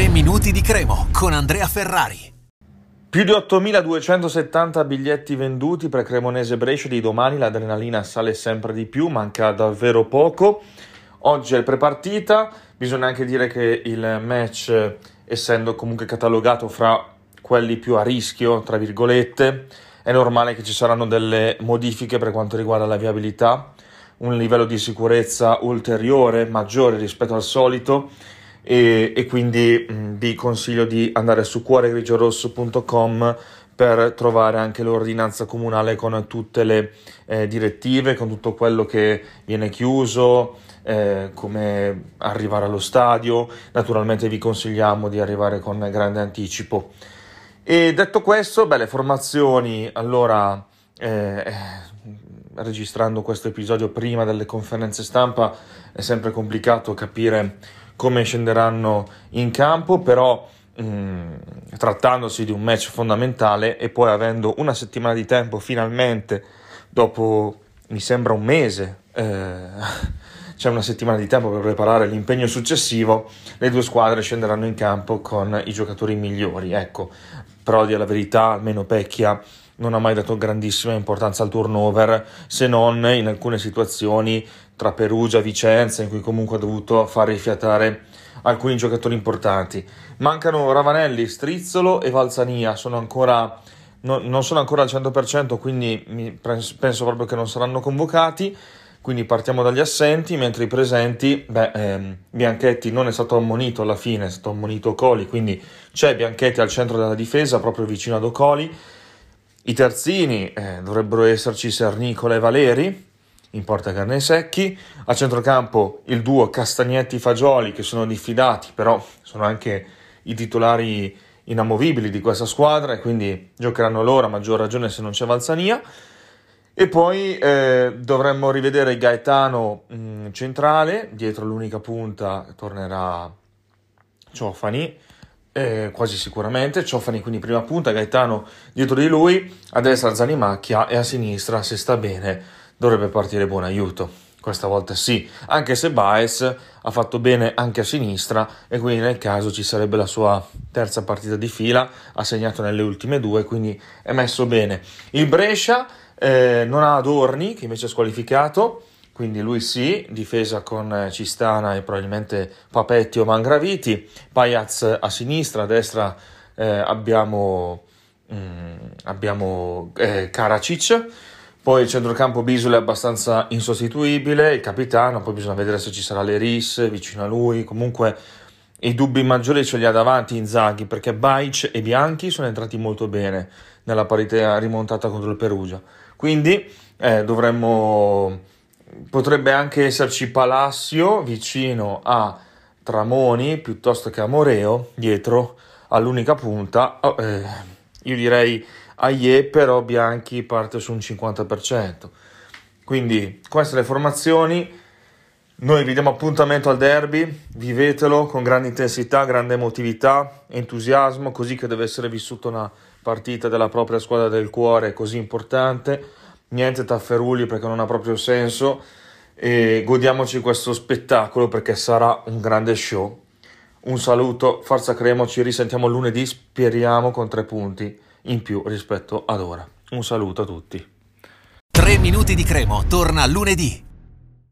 3 minuti di Cremo con Andrea Ferrari. Più di 8.270 biglietti venduti per Cremonese-Brescia di domani, l'adrenalina sale sempre di più, manca davvero poco. Oggi è il prepartita, bisogna anche dire che il match, essendo comunque catalogato fra quelli più a rischio, tra virgolette, è normale che ci saranno delle modifiche per quanto riguarda la viabilità, un livello di sicurezza ulteriore, maggiore rispetto al solito, e quindi vi consiglio di andare su cuoregrigiorosso.com per trovare anche l'ordinanza comunale con tutte le direttive, con tutto quello che viene chiuso, come arrivare allo stadio. Naturalmente vi consigliamo di arrivare con grande anticipo. E detto questo, le formazioni, allora, registrando questo episodio prima delle conferenze stampa è sempre complicato capire come scenderanno in campo, però trattandosi di un match fondamentale e poi avendo una settimana di tempo finalmente, dopo mi sembra un mese, c'è una settimana di tempo per preparare l'impegno successivo, le due squadre scenderanno in campo con i giocatori migliori. Ecco, però di alla verità, almeno Pecchia non ha mai dato grandissima importanza al turnover, se non in alcune situazioni tra Perugia e Vicenza, in cui comunque ha dovuto far rifiatare alcuni giocatori importanti. Mancano Ravanelli, Strizzolo e Valzania, non sono ancora al 100%, quindi penso proprio che non saranno convocati. Quindi partiamo dagli assenti, mentre i presenti, Bianchetti non è stato ammonito alla fine, è stato ammonito Coli, quindi c'è Bianchetti al centro della difesa, proprio vicino ad Ocoli. I terzini dovrebbero esserci Sernicola e Valeri, in porta Carnesecchi. A centrocampo il duo Castagnetti-Fagioli, che sono diffidati, però sono anche i titolari inamovibili di questa squadra, e quindi giocheranno loro, a maggior ragione se non c'è Valzania. E poi dovremmo rivedere Gaetano centrale, dietro l'unica punta tornerà Ciofani, quasi sicuramente. Ciofani quindi prima punta, Gaetano dietro di lui, a destra Zanimacchia e a sinistra, se sta bene, dovrebbe partire Buonaiuto. Questa volta sì, anche se Baez ha fatto bene anche a sinistra, e quindi nel caso ci sarebbe la sua terza partita di fila, ha segnato nelle ultime due, quindi è messo bene. Il Brescia non ha Adorni, che invece è squalificato, quindi lui sì, difesa con Cistana e probabilmente Papetti o Mangraviti. Pajaz a sinistra, a destra abbiamo Karacic. Poi il centrocampo Bisoli è abbastanza insostituibile, il capitano, poi bisogna vedere se ci sarà Leris vicino a lui. Comunque i dubbi maggiori ce li ha davanti Inzaghi, perché Bajic e Bianchi sono entrati molto bene nella partita rimontata contro il Perugia. Quindi potrebbe anche esserci Palacio vicino a Tramoni piuttosto che a Moreo dietro all'unica punta. Io direi Aie, però Bianchi parte su un 50%. Quindi queste le formazioni. Noi vi diamo appuntamento al derby, vivetelo con grande intensità, grande emotività, entusiasmo, così che deve essere vissuta una partita della propria squadra del cuore così importante. Niente tafferugli, perché non ha proprio senso, e godiamoci questo spettacolo, perché sarà un grande show. Un saluto, forza Cremo, ci risentiamo lunedì, speriamo con 3 punti in più rispetto ad ora. Un saluto a tutti. 3 minuti di Cremo torna lunedì.